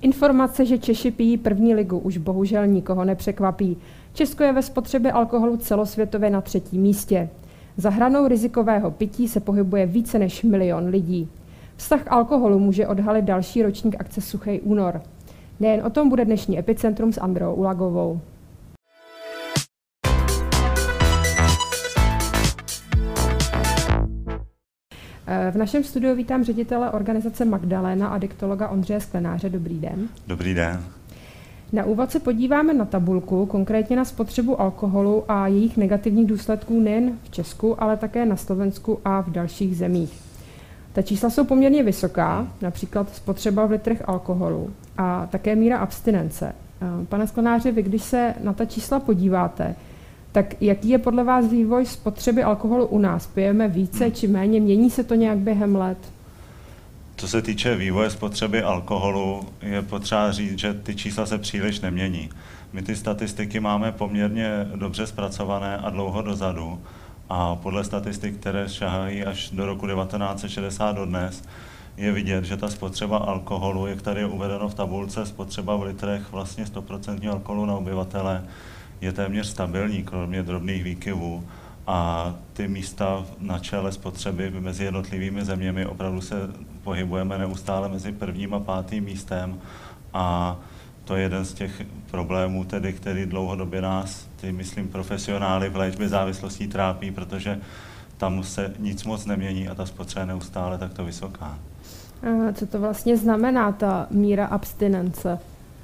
Informace, že Češi pijí první ligu, už bohužel nikoho nepřekvapí. Česko je ve spotřebě alkoholu celosvětově na 3. místě. Za hranou rizikového pití se pohybuje více než 1 milion lidí. Vztah alkoholu může odhalit další ročník akce Suchý únor. Nejen o tom bude dnešní Epicentrum s Andreou Ulagovou. V našem studiu vítám ředitele organizace Magdalena a adiktologa Ondřeje Sklenáře. Dobrý den. Dobrý den. Na úvod se podíváme na tabulku, konkrétně na spotřebu alkoholu a jejich negativních důsledků nejen v Česku, ale také na Slovensku a v dalších zemích. Ta čísla jsou poměrně vysoká, například spotřeba v litrech alkoholu a také míra abstinence. Pane Sklenáři, vy když se na ta čísla podíváte, tak jaký je podle vás vývoj spotřeby alkoholu u nás? Pijeme více či méně? Mění se to nějak během let? Co se týče vývoje spotřeby alkoholu, je potřeba říct, že ty čísla se příliš nemění. My ty statistiky máme poměrně dobře zpracované a dlouho dozadu. A podle statistik, které šahají až do roku 1960 dodnes, je vidět, že ta spotřeba alkoholu, jak tady je uvedeno v tabulce, spotřeba v litrech vlastně 100% alkoholu na obyvatele, je téměř stabilní, kromě drobných výkyvů. A ty místa na čele spotřeby mezi jednotlivými zeměmi opravdu se pohybujeme neustále mezi 1. a 5. místem. A to je jeden z těch problémů, tedy, který dlouhodobě nás, myslím, profesionály v léčbě závislostí trápí, protože tam se nic moc nemění a ta spotřeba je neustále takto vysoká. A co to vlastně znamená, ta míra abstinence?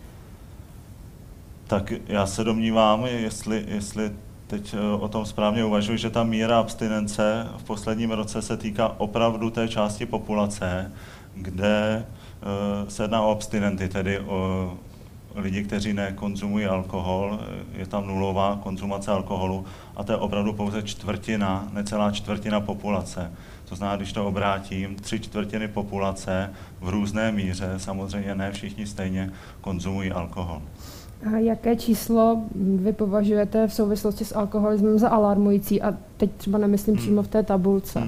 Tak já se domnívám, jestli teď o tom správně uvažuji, že ta míra abstinence v posledním roce se týká opravdu té části populace, kde se jedná o abstinenty, tedy o lidi, kteří nekonzumují alkohol, je tam nulová konzumace alkoholu a to je opravdu pouze čtvrtina, necelá čtvrtina populace. To znamená, když to obrátím, 3/4 populace v různé míře, samozřejmě ne všichni stejně konzumují alkohol. A jaké číslo vy považujete v souvislosti s alkoholismem za alarmující? A teď třeba nemyslím přímo v té tabulce.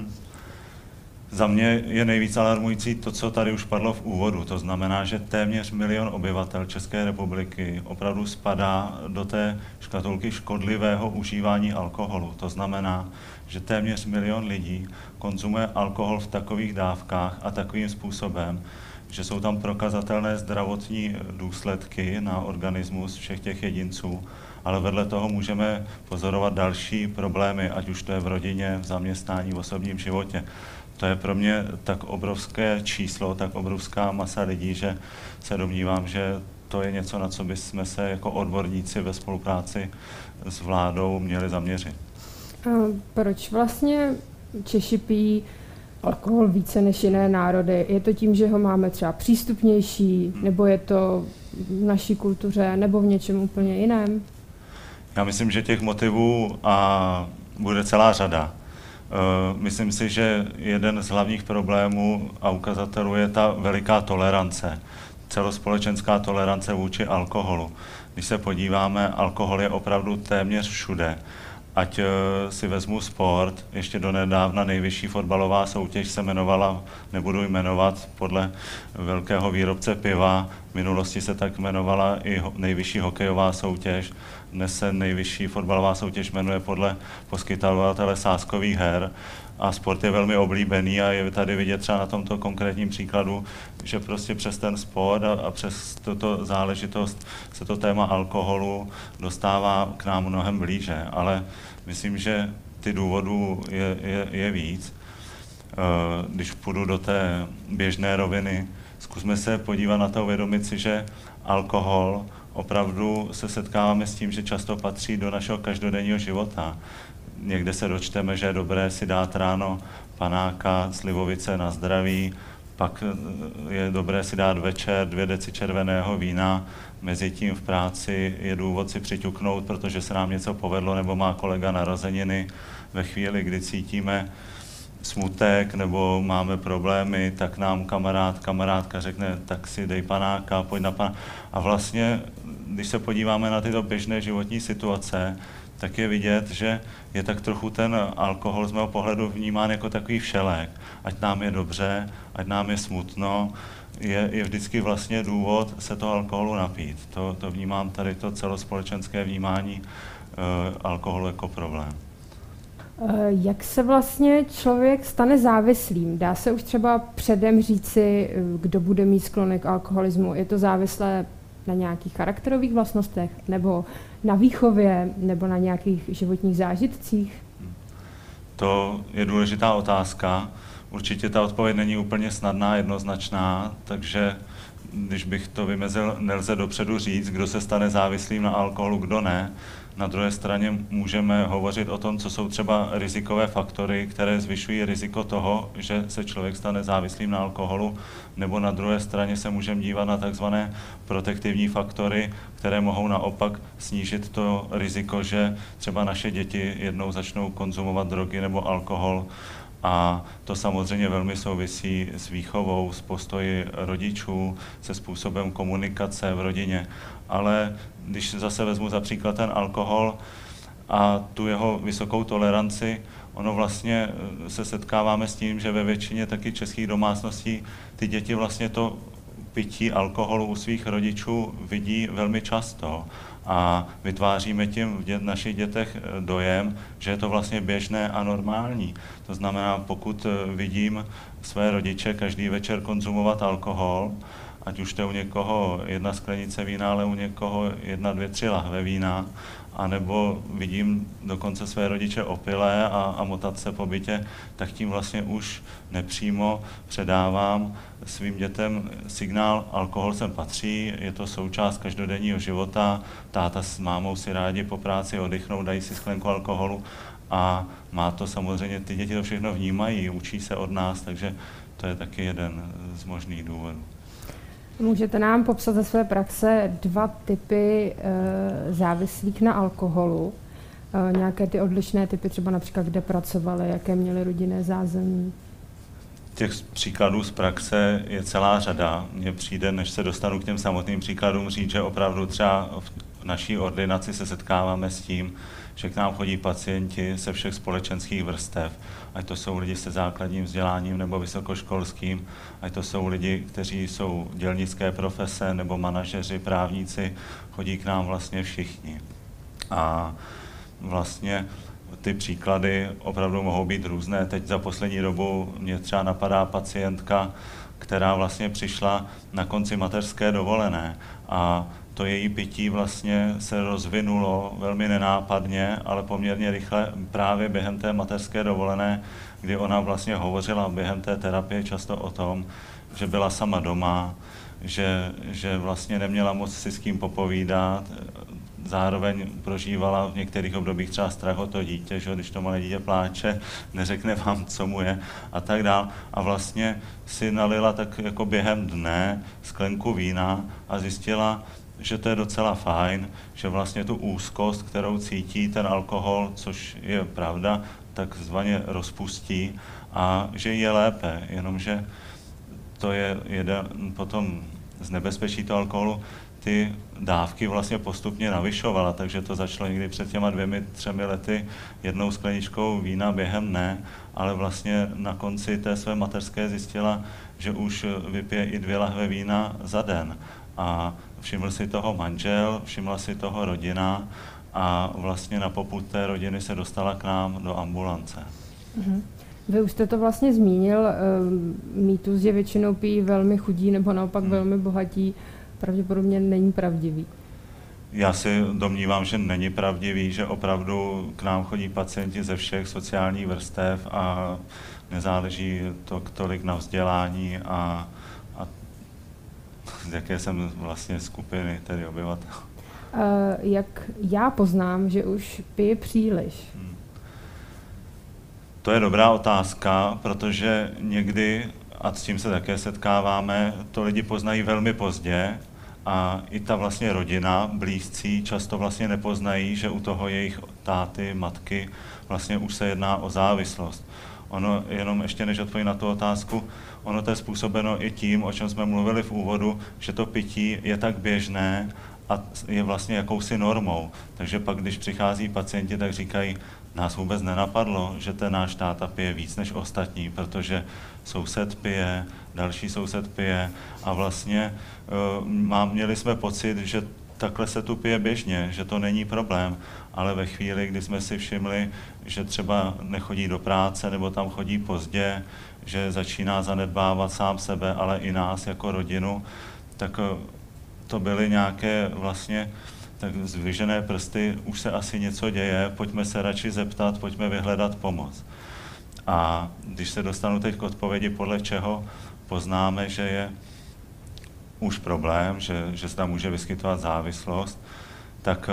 Za mě je nejvíc alarmující to, co tady už padlo v úvodu. To znamená, že téměř 1 milion obyvatel České republiky opravdu spadá do té škatulky škodlivého užívání alkoholu. To znamená, že téměř 1 milion lidí konzumuje alkohol v takových dávkách a takovým způsobem, že jsou tam prokazatelné zdravotní důsledky na organismus všech těch jedinců, ale vedle toho můžeme pozorovat další problémy, ať už to je v rodině, v zaměstnání, v osobním životě. To je pro mě tak obrovské číslo, tak obrovská masa lidí, že se domnívám, že to je něco, na co bychom se jako odborníci ve spolupráci s vládou měli zaměřit. A proč vlastně Češi pijí alkohol více než jiné národy? Je to tím, že ho máme třeba přístupnější, nebo je to v naší kultuře, nebo v něčem úplně jiném? Já myslím, že těch motivů bude celá řada. Myslím si, že jeden z hlavních problémů a ukazatelů je ta veliká tolerance, celospolečenská tolerance vůči alkoholu. Když se podíváme, alkohol je opravdu téměř všude. Ať si vezmu sport, ještě donedávna nejvyšší fotbalová soutěž se jmenovala, nebudu jmenovat, podle velkého výrobce piva. V minulosti se tak jmenovala i nejvyšší hokejová soutěž. Dnes se nejvyšší fotbalová soutěž jmenuje podle poskytovatele sázkových her. A sport je velmi oblíbený a je tady vidět třeba na tomto konkrétním příkladu, že prostě přes ten sport a přes tuto záležitost se to téma alkoholu dostává k nám mnohem blíže. Ale myslím, že ty důvodů je víc. Když půjdu do té běžné roviny, zkusme se podívat na to, uvědomit si, že alkohol opravdu se setkáváme s tím, že často patří do našeho každodenního života. Někde se dočteme, že je dobré si dát ráno panáka, slivovice na zdraví, pak je dobré si dát večer 2 deci červeného vína, mezitím v práci je důvod si přiťuknout, protože se nám něco povedlo nebo má kolega narozeniny. Ve chvíli, kdy cítíme smutek nebo máme problémy, tak nám kamarádka řekne, tak si dej panáka, pojď na panáka. A vlastně, když se podíváme na tyto běžné životní situace, tak je vidět, že je tak trochu ten alkohol z mého pohledu vnímán jako takový všelék. Ať nám je dobře, ať nám je smutno, je vždycky vlastně důvod se toho alkoholu napít. To vnímám tady to celospolečenské vnímání alkoholu jako problém. Jak se vlastně člověk stane závislým? Dá se už třeba předem říci, kdo bude mít sklony k alkoholismu? Je to závislé na nějakých charakterových vlastnostech, nebo na výchově, nebo na nějakých životních zážitcích? To je důležitá otázka. Určitě ta odpověď není úplně snadná, jednoznačná, takže když bych to vymezil, nelze dopředu říct, kdo se stane závislým na alkoholu, kdo ne. Na druhé straně můžeme hovořit o tom, co jsou třeba rizikové faktory, které zvyšují riziko toho, že se člověk stane závislým na alkoholu, nebo na druhé straně se můžeme dívat na takzvané protektivní faktory, které mohou naopak snížit to riziko, že třeba naše děti jednou začnou konzumovat drogy nebo alkohol. A to samozřejmě velmi souvisí s výchovou, s postoji rodičů, se způsobem komunikace v rodině. Ale když zase vezmu za příklad ten alkohol a tu jeho vysokou toleranci, ono vlastně se setkáváme s tím, že ve většině taky českých domácností ty děti vlastně to pití alkoholu u svých rodičů vidí velmi často. A vytváříme tím v našich dětech dojem, že je to vlastně běžné a normální. To znamená, pokud vidím své rodiče každý večer konzumovat alkohol, ať už to je u někoho 1 sklenice vína, ale u někoho 1, 2, 3 lahve vína, anebo vidím dokonce své rodiče opilé a motat se po bytě, tak tím vlastně už nepřímo předávám svým dětem signál, alkohol sem patří, je to součást každodenního života, táta s mámou si rádi po práci oddychnou, dají si sklenku alkoholu a má to samozřejmě, ty děti to všechno vnímají, učí se od nás, takže to je taky jeden z možných důvodů. Můžete nám popsat ze své praxe 2 typy závislých na alkoholu? Nějaké ty odlišné typy, třeba například kde pracovali, jaké měli rodinné zázemí? Těch příkladů z praxe je celá řada. Mně přijde, než se dostanu k těm samotným příkladům, říct, že opravdu třeba v naší ordinaci se setkáváme s tím, že k nám chodí pacienti ze všech společenských vrstev, ať to jsou lidi se základním vzděláním nebo vysokoškolským, ať to jsou lidi, kteří jsou dělnické profese nebo manažeři, právníci, chodí k nám vlastně všichni. A vlastně ty příklady opravdu mohou být různé. Teď za poslední dobu mě třeba napadá pacientka, která vlastně přišla na konci mateřské dovolené a to její pití vlastně se rozvinulo velmi nenápadně, ale poměrně rychle právě během té mateřské dovolené, kdy ona vlastně hovořila během té terapie často o tom, že byla sama doma, že vlastně neměla moc si s kým popovídat, zároveň prožívala v některých obdobích třeba strach o to dítě, že když to malé dítě pláče, neřekne vám, co mu je a tak dál. A vlastně si nalila tak jako během dne sklenku vína a zjistila, že to je docela fajn, že vlastně tu úzkost, kterou cítí ten alkohol, což je pravda, takzvaně rozpustí a že je lépe, jenomže to je jeden potom z nebezpečí toho alkoholu, ty dávky vlastně postupně navyšovala, takže to začalo někdy před těma 2, 3 lety 1 skleničkou vína během dne, ale vlastně na konci té své mateřské zjistila, že už vypije i 2 lahve vína za den. A všiml si toho manžel, všimla si toho rodina a vlastně na popud té rodiny se dostala k nám do ambulance. Vy už jste to vlastně zmínil, mýtus, že většinou pijí velmi chudí nebo naopak velmi bohatí, pravděpodobně není pravdivý. Já si domnívám, že není pravdivý, že opravdu k nám chodí pacienti ze všech sociálních vrstev a nezáleží to tolik na vzdělání a z jaké jsem vlastně skupiny tedy obyvatel. Jak já poznám, že už pije příliš? To je dobrá otázka, protože někdy, a s tím se také setkáváme, to lidi poznají velmi pozdě a i ta vlastně rodina, blízcí, často vlastně nepoznají, že u toho jejich táty, matky vlastně už se jedná o závislost. Ono, jenom ještě než odpovím na tu otázku, ono to je způsobeno i tím, o čem jsme mluvili v úvodu, že to pití je tak běžné a je vlastně jakousi normou. Takže pak, když přichází pacienti, tak říkají, nás vůbec nenapadlo, že ten náš táta pije víc než ostatní, protože soused pije, další soused pije a vlastně měli jsme pocit, že takhle se tu pije běžně, že to není problém, ale ve chvíli, kdy jsme si všimli, že třeba nechodí do práce nebo tam chodí pozdě, že začíná zanedbávat sám sebe, ale i nás jako rodinu, tak to byly nějaké vlastně tak zdvižené prsty, už se asi něco děje, pojďme se radši zeptat, pojďme vyhledat pomoc. A když se dostanu teď k odpovědi, podle čeho poznáme, že je už problém, že se tam může vyskytovat závislost, tak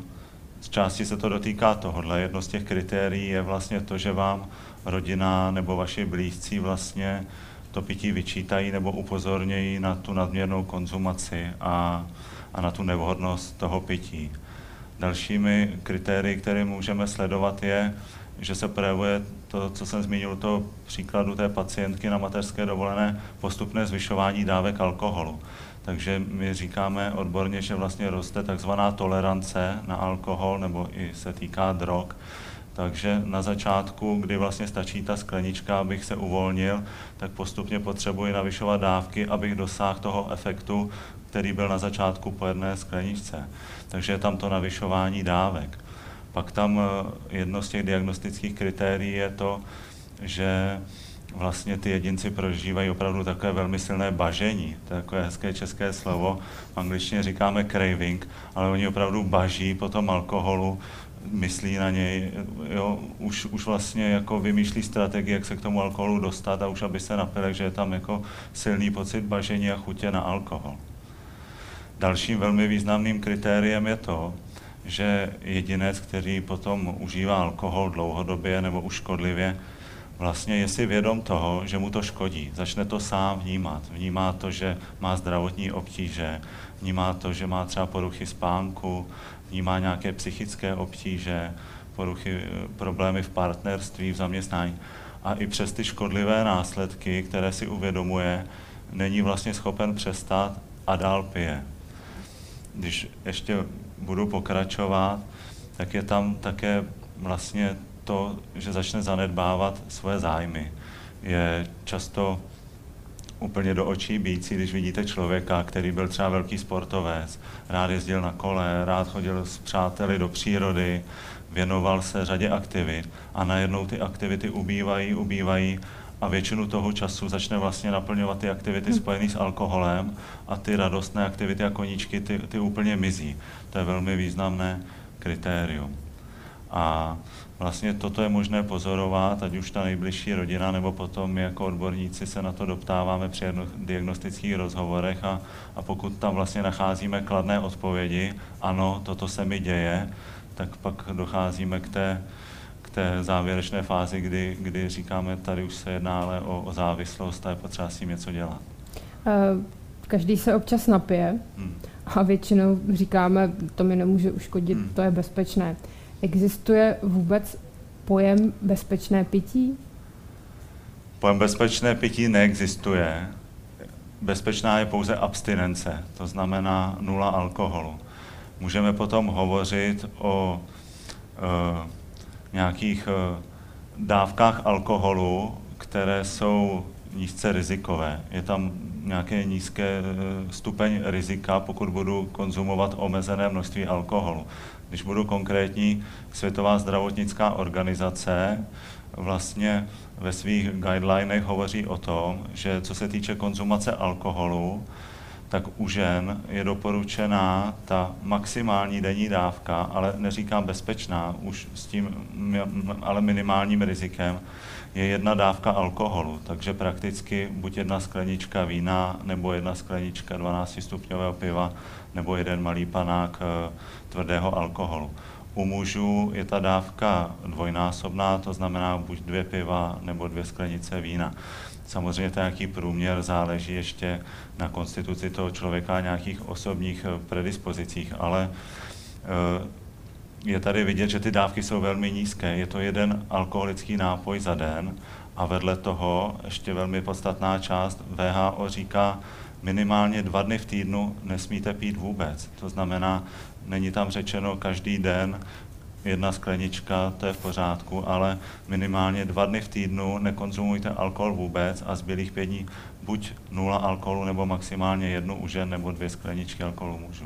z části se to dotýká tohohle. Jedno z těch kritérií je vlastně to, že vám rodina nebo vaši blízcí vlastně to pití vyčítají nebo upozornějí na tu nadměrnou konzumaci a na tu nevhodnost toho pití. Dalšími kritérii, které můžeme sledovat, je, že se projevuje to, co jsem zmínil, toho příkladu té pacientky na mateřské dovolené, postupné zvyšování dávek alkoholu. Takže my říkáme odborně, že vlastně roste takzvaná tolerance na alkohol, nebo i se týká drog. Takže na začátku, kdy vlastně stačí ta sklenička, abych se uvolnil, tak postupně potřebuji navyšovat dávky, abych dosáhl toho efektu, který byl na začátku po jedné skleničce. Takže je tam to navyšování dávek. Pak tam jedno z těch diagnostických kritérií je to, že vlastně ty jedinci prožívají opravdu takové velmi silné bažení. To je takové hezké české slovo. V angličtině říkáme craving, ale oni opravdu baží po tom alkoholu, myslí na něj, jo, už vlastně jako vymýšlí strategii, jak se k tomu alkoholu dostat a už aby se napil, že je tam jako silný pocit bažení a chutě na alkohol. Dalším velmi významným kritériem je to, že jedinec, který potom užívá alkohol dlouhodobě nebo už škodlivě, vlastně je si vědom toho, že mu to škodí. Začne to sám vnímat. Vnímá to, že má zdravotní obtíže, vnímá to, že má třeba poruchy spánku, vnímá nějaké psychické obtíže, poruchy, problémy v partnerství, v zaměstnání. A i přes ty škodlivé následky, které si uvědomuje, není vlastně schopen přestat a dál pije. Když ještě budu pokračovat, tak je tam také vlastně to, že začne zanedbávat svoje zájmy. Je často úplně do očí bíjící, když vidíte člověka, který byl třeba velký sportovec, rád jezdil na kole, rád chodil s přáteli do přírody, věnoval se řadě aktivit a najednou ty aktivity ubývají a většinu toho času začne vlastně naplňovat ty aktivity spojené s alkoholem a ty radostné aktivity a koníčky, ty úplně mizí. To je velmi významné kritérium. A vlastně toto je možné pozorovat, ať už ta nejbližší rodina, nebo potom my jako odborníci se na to doptáváme při diagnostických rozhovorech a pokud tam vlastně nacházíme kladné odpovědi, ano, toto se mi děje, tak pak docházíme k té závěrečné fázi, kdy říkáme, tady už se jedná ale o závislost a je potřeba s tím něco dělat. Každý se občas napije a většinou říkáme, to mi nemůže uškodit, to je bezpečné. Existuje vůbec pojem bezpečné pití? Pojem bezpečné pití neexistuje. Bezpečná je pouze abstinence, to znamená 0 alkoholu. Můžeme potom hovořit o nějakých dávkách alkoholu, které jsou nízce rizikové. Je tam nějaké nízké stupeň rizika, pokud budu konzumovat omezené množství alkoholu. Když budu konkrétní, Světová zdravotnická organizace vlastně ve svých guidelinech hovoří o tom, že co se týče konzumace alkoholu, tak u žen je doporučená ta maximální denní dávka, ale neříkám bezpečná, už s tím ale minimálním rizikem, je 1 dávka alkoholu. Takže prakticky buď 1 sklenička vína, nebo 1 sklenička 12stupňového piva, nebo 1 malý panák tvrdého alkoholu. U mužů je ta dávka dvojnásobná, to znamená buď 2 piva, nebo 2 sklenice vína. Samozřejmě to nějaký průměr, záleží ještě na konstituci toho člověka a nějakých osobních predispozicích, ale je tady vidět, že ty dávky jsou velmi nízké. Je to 1 alkoholický nápoj za den a vedle toho ještě velmi podstatná část WHO říká, minimálně 2 dny v týdnu nesmíte pít vůbec. To znamená, není tam řečeno každý den 1 sklenička, to je v pořádku, ale minimálně 2 dny v týdnu nekonzumujte alkohol vůbec a zbylých 5 dní buď 0 alkoholu, nebo maximálně 1 u žen, nebo 2 skleničky alkoholu mužů.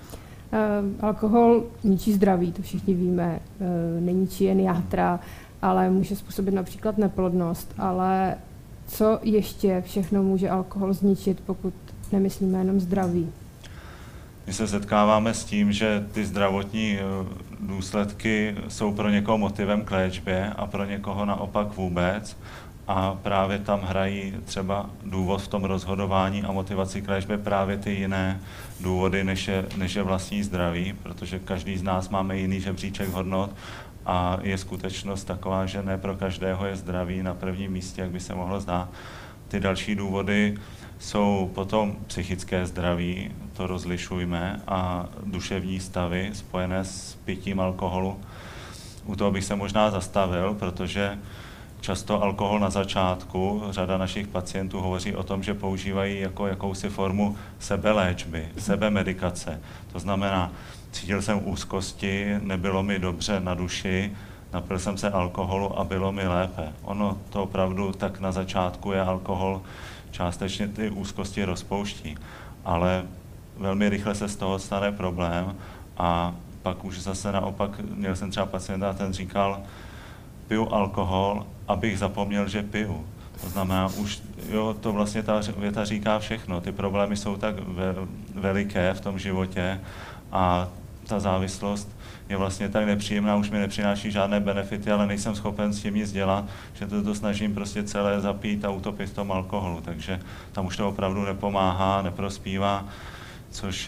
Alkohol ničí zdraví, to všichni víme, neničí jen játra, ale může způsobit například neplodnost. Ale co ještě všechno může alkohol zničit, pokud nemyslíme jenom zdraví? My se setkáváme s tím, že ty zdravotní důsledky jsou pro někoho motivem k léčbě a pro někoho naopak vůbec. A právě tam hrají třeba důvod v tom rozhodování a motivaci k léčbě právě ty jiné důvody, než je vlastní zdraví, protože každý z nás máme jiný žebříček hodnot a je skutečnost taková, že ne pro každého je zdraví na prvním místě, jak by se mohlo zdát. Ty další důvody jsou potom psychické zdraví, to rozlišujme, a duševní stavy spojené s pitím alkoholu. U toho bych se možná zastavil, protože často alkohol na začátku, řada našich pacientů hovoří o tom, že používají jako jakousi formu sebeléčby, sebemedikace. To znamená, cítil jsem úzkosti, nebylo mi dobře na duši, napil jsem se alkoholu a bylo mi lépe. Ono to opravdu tak na začátku je alkohol, částečně ty úzkosti rozpouští, ale velmi rychle se z toho stane problém a pak už zase naopak, měl jsem třeba pacienta a ten říkal, piju alkohol, abych zapomněl, že piju. To znamená, už jo, to vlastně ta věta říká všechno. Ty problémy jsou tak veliké v tom životě a ta závislost je vlastně tak nepříjemná, už mi nepřináší žádné benefity, ale nejsem schopen s tím nic dělat, že to snažím prostě celé zapít a utopit v tom alkoholu. Takže tam už to opravdu nepomáhá, neprospívá, což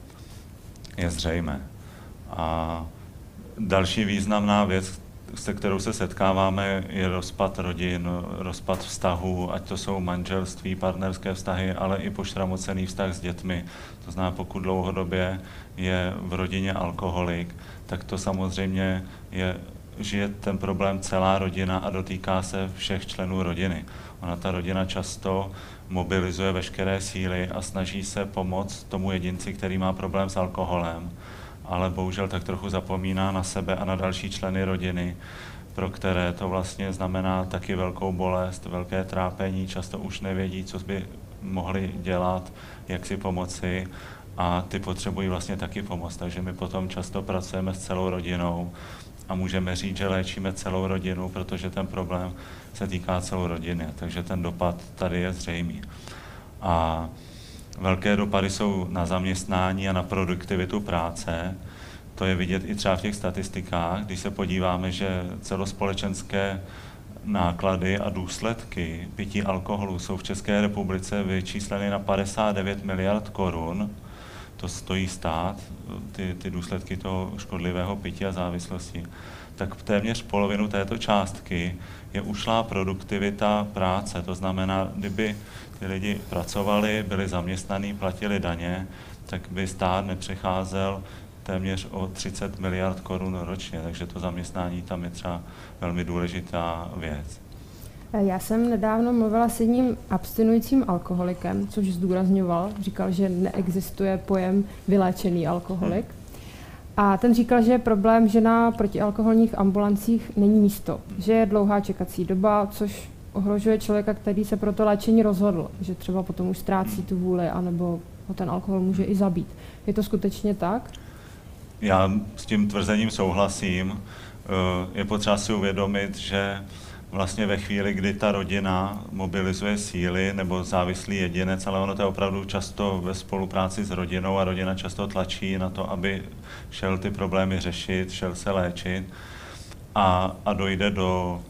je zřejmé. A další významná věc, se kterou se setkáváme, je rozpad rodin, rozpad vztahů, ať to jsou manželství, partnerské vztahy, ale i pošramocený vztah s dětmi. To znamená, pokud dlouhodobě je v rodině alkoholik, tak to samozřejmě žije ten problém celá rodina a dotýká se všech členů rodiny. Ona ta rodina často mobilizuje veškeré síly a snaží se pomoct tomu jedinci, který má problém s alkoholem, ale bohužel tak trochu zapomíná na sebe a na další členy rodiny, pro které to vlastně znamená taky velkou bolest, velké trápení, často už nevědí, co by mohli dělat, jak si pomoci a ty potřebují vlastně taky pomoc. Takže my potom často pracujeme s celou rodinou a můžeme říct, že léčíme celou rodinu, protože ten problém se týká celou rodiny, takže ten dopad tady je zřejmý. A velké dopady jsou na zaměstnání a na produktivitu práce. To je vidět i třeba v těch statistikách, když se podíváme, že celospolečenské náklady a důsledky pití alkoholu jsou v České republice vyčísleny na 59 miliard korun. To stojí stát, ty důsledky toho škodlivého pití a závislosti. Tak téměř polovinu této částky je ušlá produktivita práce. To znamená, kdyby ty lidi pracovali, byli zaměstnaní, platili daně, tak by stát nepřecházel téměř o 30 miliard korun ročně. Takže to zaměstnání tam je třeba velmi důležitá věc. Já jsem nedávno mluvila s jedním abstinujícím alkoholikem, což zdůrazňoval. Říkal, že neexistuje pojem vyléčený alkoholik. A ten říkal, že je problém, že na protialkoholních ambulancích není místo, že je dlouhá čekací doba, což ohrožuje člověka, který se pro to léčení rozhodl, že třeba potom už ztrácí tu vůli, anebo ho ten alkohol může i zabít. Je to skutečně tak? Já s tím tvrzením souhlasím. Je potřeba si uvědomit, že vlastně ve chvíli, kdy ta rodina mobilizuje síly nebo závislý jedinec, ale ono to je opravdu často ve spolupráci s rodinou a rodina často tlačí na to, aby šel ty problémy řešit, šel se léčit a dojde do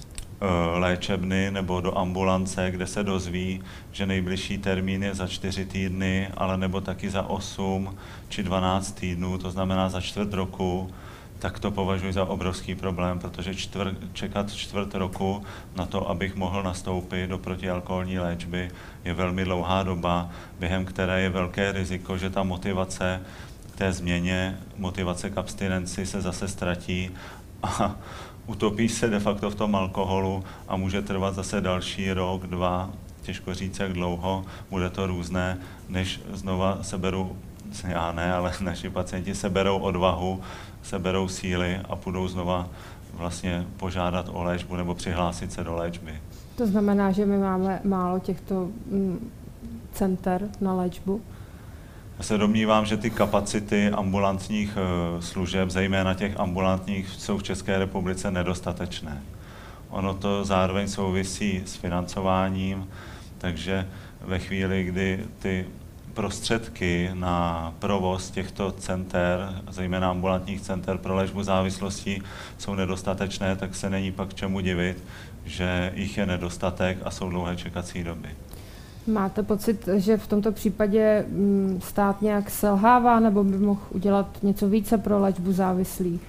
léčebny nebo do ambulance, kde se dozví, že nejbližší termín je za 4 týdny, ale nebo taky za 8 či 12 týdnů, to znamená za čtvrt roku, tak to považuji za obrovský problém, protože čekat čtvrt roku na to, abych mohl nastoupit do protialkoholní léčby, je velmi dlouhá doba, během které je velké riziko, že ta motivace k té změně, motivace k abstinenci se zase ztratí a utopí se de facto v tom alkoholu a může trvat zase další rok, 2, těžko říct, jak dlouho, bude to různé, než znova seberu, já ne, ale naši pacienti seberou odvahu, seberou síly a půjdou znova vlastně požádat o léčbu nebo přihlásit se do léčby. To znamená, že my máme málo těchto center na léčbu? Já se domnívám, že ty kapacity ambulantních služeb, zejména těch ambulantních, jsou v České republice nedostatečné. Ono to zároveň souvisí s financováním, takže ve chvíli, kdy ty prostředky na provoz těchto center, zejména ambulantních center pro léčbu závislostí, jsou nedostatečné, tak se není pak čemu divit, že jich je nedostatek a jsou dlouhé čekací doby. Máte pocit, že v tomto případě stát nějak selhává nebo by mohl udělat něco více pro léčbu závislých?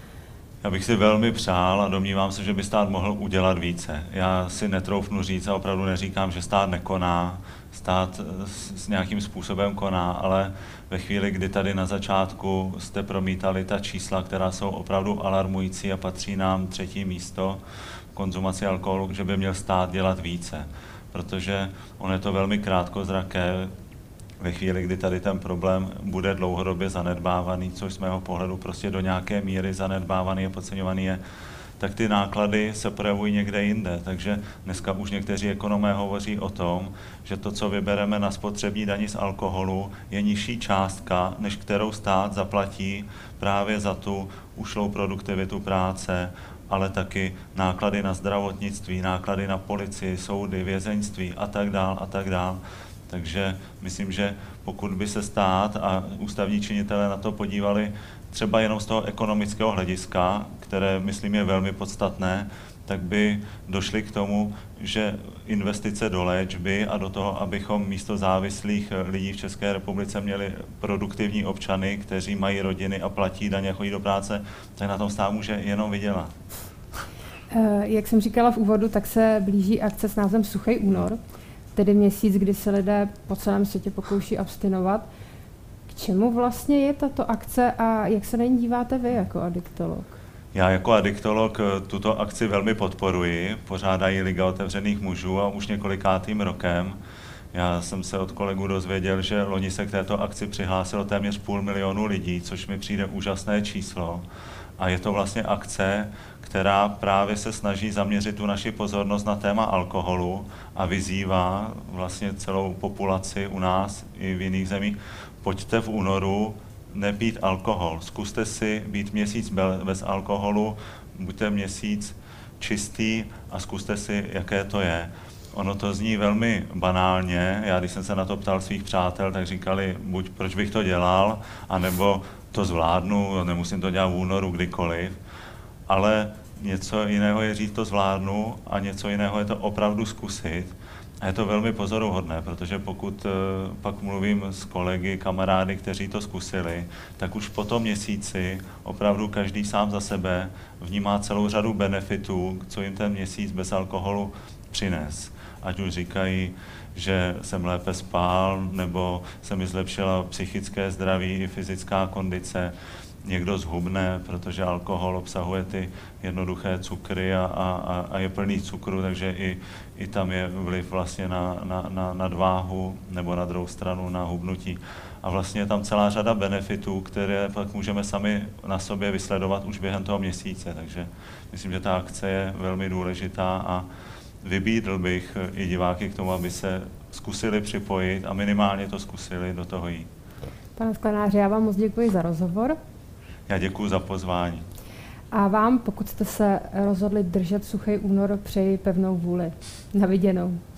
Já bych si velmi přál a domnívám se, že by stát mohl udělat více. Já si netroufnu říct a opravdu neříkám, že stát nekoná, stát s nějakým způsobem koná, ale ve chvíli, kdy tady na začátku jste promítali ta čísla, která jsou opravdu alarmující a patří nám 3. místo v konzumaci alkoholu, že by měl stát dělat více, protože on je to velmi krátkozraké. Ve chvíli, kdy tady ten problém bude dlouhodobě zanedbávaný, což z mého pohledu prostě do nějaké míry zanedbávaný a podceňovaný je, tak ty náklady se projevují někde jinde. Takže dneska už někteří ekonomé hovoří o tom, že to, co vybereme na spotřební dani z alkoholu, je nižší částka, než kterou stát zaplatí právě za tu ušlou produktivitu práce, ale taky náklady na zdravotnictví, náklady na policii, soudy, vězeňství a tak dál. Takže myslím, že pokud by se stát a ústavní činitelé na to podívali třeba jenom z toho ekonomického hlediska, které myslím je velmi podstatné, tak by došli k tomu, že investice do léčby a do toho, abychom místo závislých lidí v České republice měli produktivní občany, kteří mají rodiny a platí daně a chodí do práce, tak na tom stát může jenom vydělat. Jak jsem říkala v úvodu, tak se blíží akce s názvem Suchý únor, tedy měsíc, kdy se lidé po celém světě pokouší abstinovat. K čemu vlastně je tato akce a jak se na ní díváte vy jako adiktolog? Já jako adiktolog tuto akci velmi podporuji. Pořádají Liga otevřených mužů a už několikátým rokem. Já jsem se od kolegů dozvěděl, že loni se k této akci přihlásilo téměř 500 000 lidí, což mi přijde úžasné číslo. A je to vlastně akce, která právě se snaží zaměřit tu naši pozornost na téma alkoholu a vyzývá vlastně celou populaci u nás i v jiných zemích, pojďte v únoru nepít alkohol. Zkuste si být měsíc bez alkoholu, buďte měsíc čistý a zkuste si, jaké to je. Ono to zní velmi banálně. Já když jsem se na to ptal svých přátel, tak říkali, buď proč bych to dělal, anebo to zvládnu, nemusím to dělat v únoru kdykoliv. Ale něco jiného je říct, to zvládnu, a něco jiného je to opravdu zkusit. A je to velmi pozoruhodné, protože pokud pak mluvím s kolegy, kamarády, kteří to zkusili, tak už po tom měsíci opravdu každý sám za sebe vnímá celou řadu benefitů, co jim ten měsíc bez alkoholu přines. Ať už říkají, že jsem lépe spal, nebo se mi zlepšila psychické zdraví i fyzická kondice. Někdo zhubne, protože alkohol obsahuje ty jednoduché cukry a je plný cukru, takže i tam je vliv vlastně na nadváhu nebo na druhou stranu na hubnutí. A vlastně je tam celá řada benefitů, které pak můžeme sami na sobě vysledovat už během toho měsíce. Takže myslím, že ta akce je velmi důležitá a vybídl bych i diváky k tomu, aby se zkusili připojit a minimálně to zkusili do toho jít. Pane Sklenáři, já vám moc děkuji za rozhovor. Já děkuji za pozvání. A vám, pokud jste se rozhodli držet Suchý únor, přeji pevnou vůli. Na viděnou.